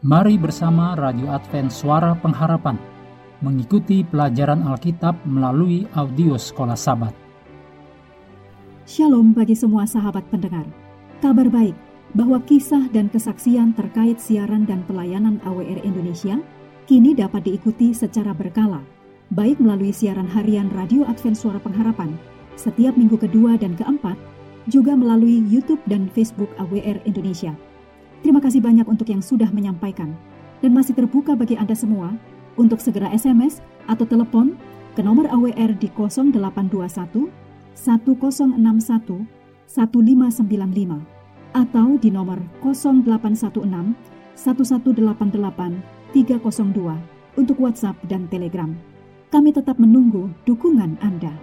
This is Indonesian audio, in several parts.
Mari bersama Radio Advent Suara Pengharapan mengikuti pelajaran Alkitab melalui audio Sekolah Sabat. Shalom bagi semua sahabat pendengar. Kabar baik bahwa kisah dan kesaksian terkait siaran dan pelayanan AWR Indonesia kini dapat diikuti secara berkala, baik melalui siaran harian Radio Advent Suara Pengharapan setiap minggu kedua dan keempat, juga melalui YouTube dan Facebook AWR Indonesia. Terima kasih banyak untuk yang sudah menyampaikan dan masih terbuka bagi Anda semua untuk segera SMS atau telepon ke nomor AWR di 0821 1061 1595 atau di nomor 0816 1188 302 untuk WhatsApp dan Telegram. Kami tetap menunggu dukungan Anda.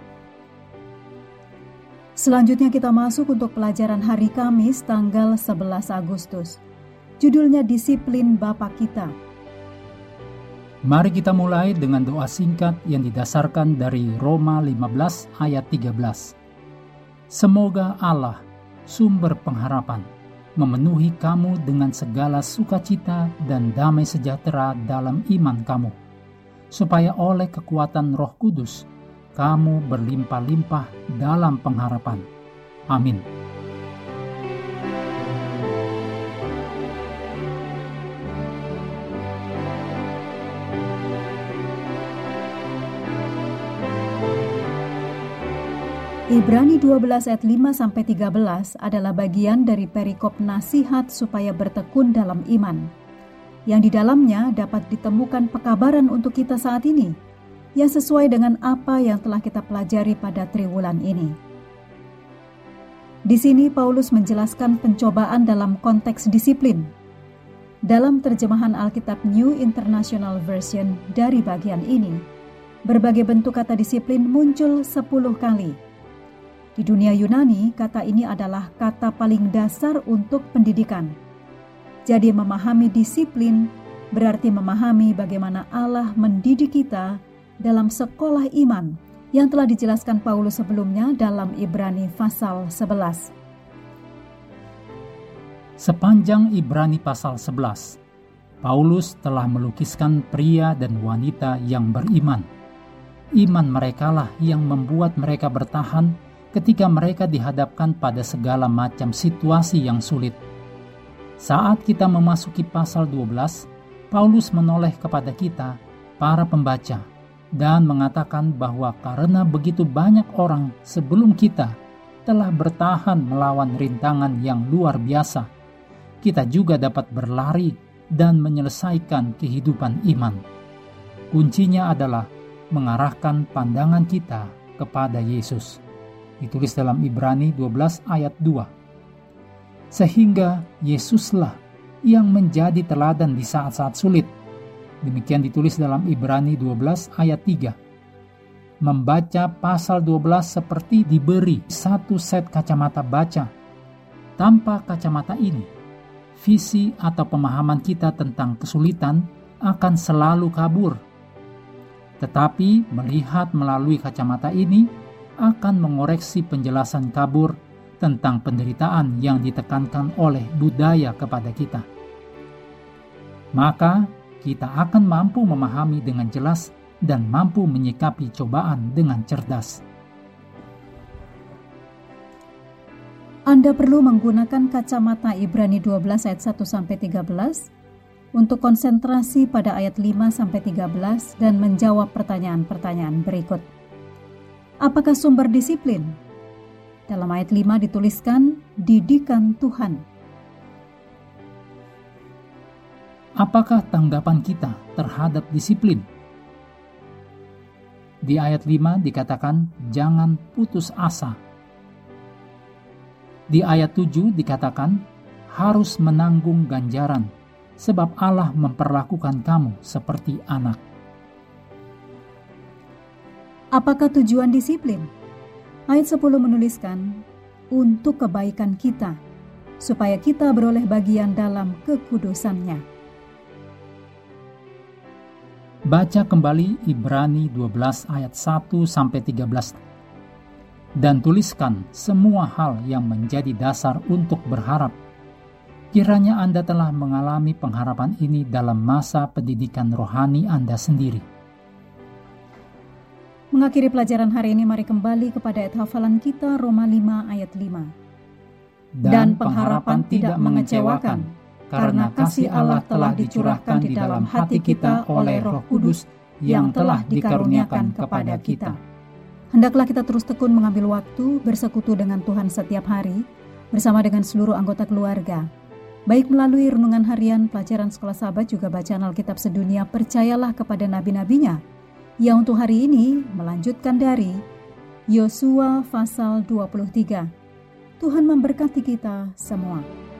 Selanjutnya kita masuk untuk pelajaran hari Kamis tanggal 11 Agustus. Judulnya Disiplin Bapa Kita. Mari kita mulai dengan doa singkat yang didasarkan dari Roma 15 ayat 13. Semoga Allah, sumber pengharapan, memenuhi kamu dengan segala sukacita dan damai sejahtera dalam iman kamu, supaya oleh kekuatan Roh Kudus, kamu berlimpah-limpah dalam pengharapan. Amin. Ibrani 12 ayat 5-13 adalah bagian dari perikop nasihat supaya bertekun dalam iman, yang di dalamnya dapat ditemukan pekabaran untuk kita saat ini, yang sesuai dengan apa yang telah kita pelajari pada triwulan ini. Di sini Paulus menjelaskan pencobaan dalam konteks disiplin. Dalam terjemahan Alkitab New International Version dari bagian ini, berbagai bentuk kata disiplin muncul 10 kali. Di dunia Yunani, kata ini adalah kata paling dasar untuk pendidikan. Jadi memahami disiplin berarti memahami bagaimana Allah mendidik kita dalam sekolah iman yang telah dijelaskan Paulus sebelumnya dalam Ibrani pasal 11. Sepanjang Ibrani pasal 11, Paulus telah melukiskan pria dan wanita yang beriman. Iman merekalah yang membuat mereka bertahan ketika mereka dihadapkan pada segala macam situasi yang sulit. Saat kita memasuki pasal 12, Paulus menoleh kepada kita, para pembaca, dan mengatakan bahwa karena begitu banyak orang sebelum kita telah bertahan melawan rintangan yang luar biasa, kita juga dapat berlari dan menyelesaikan kehidupan iman. Kuncinya adalah mengarahkan pandangan kita kepada Yesus. Ditulis dalam Ibrani 12 ayat 2. Sehingga Yesuslah yang menjadi teladan di saat-saat sulit. Demikian ditulis dalam Ibrani 12 ayat 3. Membaca pasal 12 seperti diberi satu set kacamata baca. Tanpa kacamata ini, visi atau pemahaman kita tentang kesulitan akan selalu kabur. Tetapi melihat melalui kacamata ini akan mengoreksi penjelasan kabur tentang penderitaan yang ditekankan oleh budaya kepada kita. Maka kita akan mampu memahami dengan jelas dan mampu menyikapi cobaan dengan cerdas. Anda perlu menggunakan kacamata Ibrani 12 ayat 1-13 untuk konsentrasi pada ayat 5-13 dan menjawab pertanyaan-pertanyaan berikut. Apakah sumber disiplin? Dalam ayat 5 dituliskan, didikan Tuhan. Apakah tanggapan kita terhadap disiplin? Di ayat 5 dikatakan, jangan putus asa. Di ayat 7 dikatakan, harus menanggung ganjaran, sebab Allah memperlakukan kamu seperti anak. Apakah tujuan disiplin? Ayat 10 menuliskan, untuk kebaikan kita, supaya kita beroleh bagian dalam kekudusannya. Baca kembali Ibrani 12 ayat 1-13 dan tuliskan semua hal yang menjadi dasar untuk berharap. Kiranya Anda telah mengalami pengharapan ini dalam masa pendidikan rohani Anda sendiri. Mengakhiri pelajaran hari ini, mari kembali kepada ayat hafalan kita, Roma 5 ayat 5. Dan pengharapan tidak mengecewakan, karena kasih Allah telah dicurahkan di dalam hati kita oleh Roh Kudus yang telah dikaruniakan kepada kita. Hendaklah kita terus tekun mengambil waktu bersekutu dengan Tuhan setiap hari, bersama dengan seluruh anggota keluarga. Baik melalui renungan harian, pelajaran sekolah sahabat, juga bacaan Alkitab sedunia, percayalah kepada nabi-nabinya, yang untuk hari ini melanjutkan dari Yosua pasal 23. Tuhan memberkati kita semua.